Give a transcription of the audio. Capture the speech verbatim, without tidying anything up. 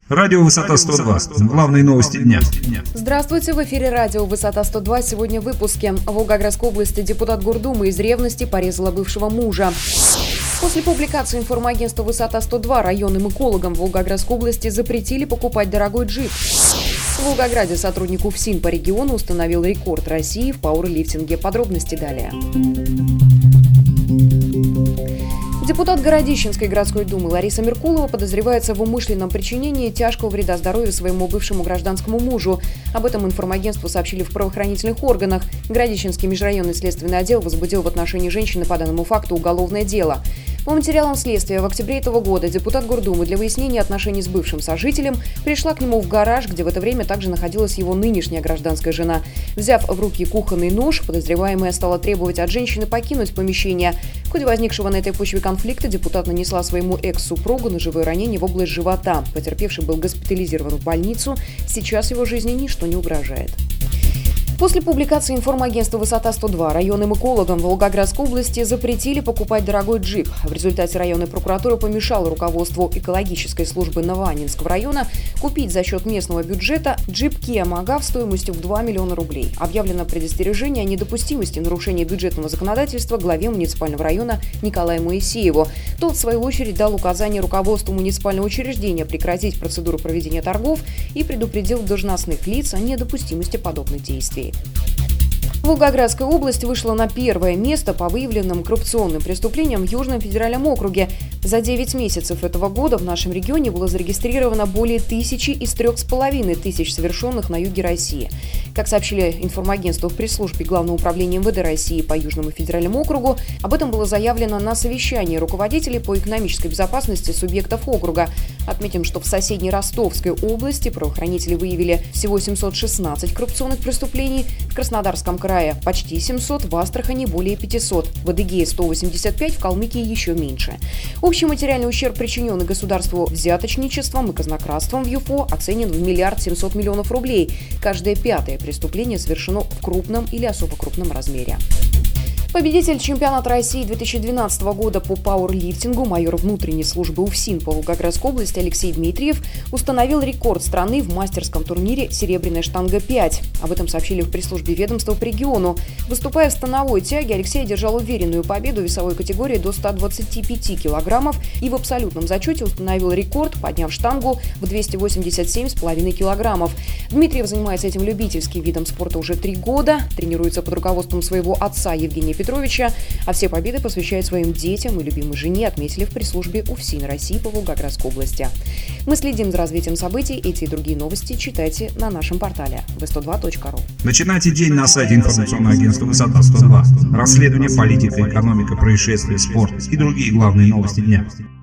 Радио «Высота сто два». Главные новости дня. Здравствуйте, в эфире радио «Высота сто два». Сегодня в выпуске. В Волгоградской области депутат Гордумы из ревности порезала бывшего мужа. После публикации информагентства «Высота сто два» районным экологам в Волгоградской области запретили покупать дорогой джип. В Волгограде сотрудник УФСИН по региону установил рекорд России в пауэрлифтинге. Подробности далее. Депутат Городищенской городской думы Лариса Меркулова подозревается в умышленном причинении тяжкого вреда здоровью своему бывшему гражданскому мужу. Об этом информагентству сообщили в правоохранительных органах. Городищенский межрайонный следственный отдел возбудил в отношении женщины по данному факту уголовное дело. По материалам следствия в октябре этого года депутат Гордумы для выяснения отношений с бывшим сожителем пришла к нему в гараж, где в это время также находилась его нынешняя гражданская жена. Взяв в руки кухонный нож, подозреваемая стала требовать от женщины покинуть помещение. В ходе возникшего на этой почве конфликта депутат нанесла своему экс-супругу ножевое ранение в область живота. Потерпевший был госпитализирован в больницу. Сейчас его жизни ничто не угрожает. После публикации информагентства «Высота сто два» районным экологам в Волгоградской области запретили покупать дорогой джип. В результате районная прокуратура помешала руководству экологической службы Новоаннинского района купить за счет местного бюджета джип Kia Magав стоимостью в два миллиона рублей. Объявлено предостережение о недопустимости нарушения бюджетного законодательства главе муниципального района Николаю Моисееву. Тот, в свою очередь, дал указание руководству муниципального учреждения прекратить процедуру проведения торгов и предупредил должностных лиц о недопустимости подобных действий. Волгоградская область вышла на первое место по выявленным коррупционным преступлениям в Южном федеральном округе. За девять месяцев этого года в нашем регионе было зарегистрировано более тысячи из трех с половиной тысяч совершенных на юге России. Как сообщили информагентству в пресс-службе Главного управления эм вэ дэ России по Южному федеральному округу, об этом было заявлено на совещании руководителей по экономической безопасности субъектов округа. Отметим, что в соседней Ростовской области правоохранители выявили всего семьсот шестнадцать коррупционных преступлений, в Краснодарском крае почти семьсот, в Астрахани более пятисот, в Адыгее сто восемьдесят пять, в Калмыкии еще меньше. Общий материальный ущерб, причиненный государству взяточничеством и казнократством в ЮФО, оценен в миллиард семьсот миллионов рублей. Каждое пятое преступление совершено в крупном или особо крупном размере. Победитель чемпионата России две тысячи двенадцатого года по пауэрлифтингу, майор внутренней службы УФСИН по Волгоградской области Алексей Дмитриев установил рекорд страны в мастерском турнире «Серебряная штанга пять». Об этом сообщили в пресс-службе ведомства по региону. Выступая в становой тяге, Алексей одержал уверенную победу в весовой категории до ста двадцати пяти килограммов и в абсолютном зачете установил рекорд, подняв штангу в двести восемьдесят семь с половиной килограммов. Дмитриев занимается этим любительским видом спорта уже три года, тренируется под руководством своего отца Евгения Петровича. Петровича, а все победы посвящает своим детям и любимой жене, отметили в пресс-службе УФСИН России по Волгоградской области. Мы следим за развитием событий. Эти и другие новости читайте на нашем портале вэ сто два точка ру. Начинайте день на сайте информационного агентства «Высота сто два». Расследование, политика, экономика, происшествия, спорт и другие главные новости дня.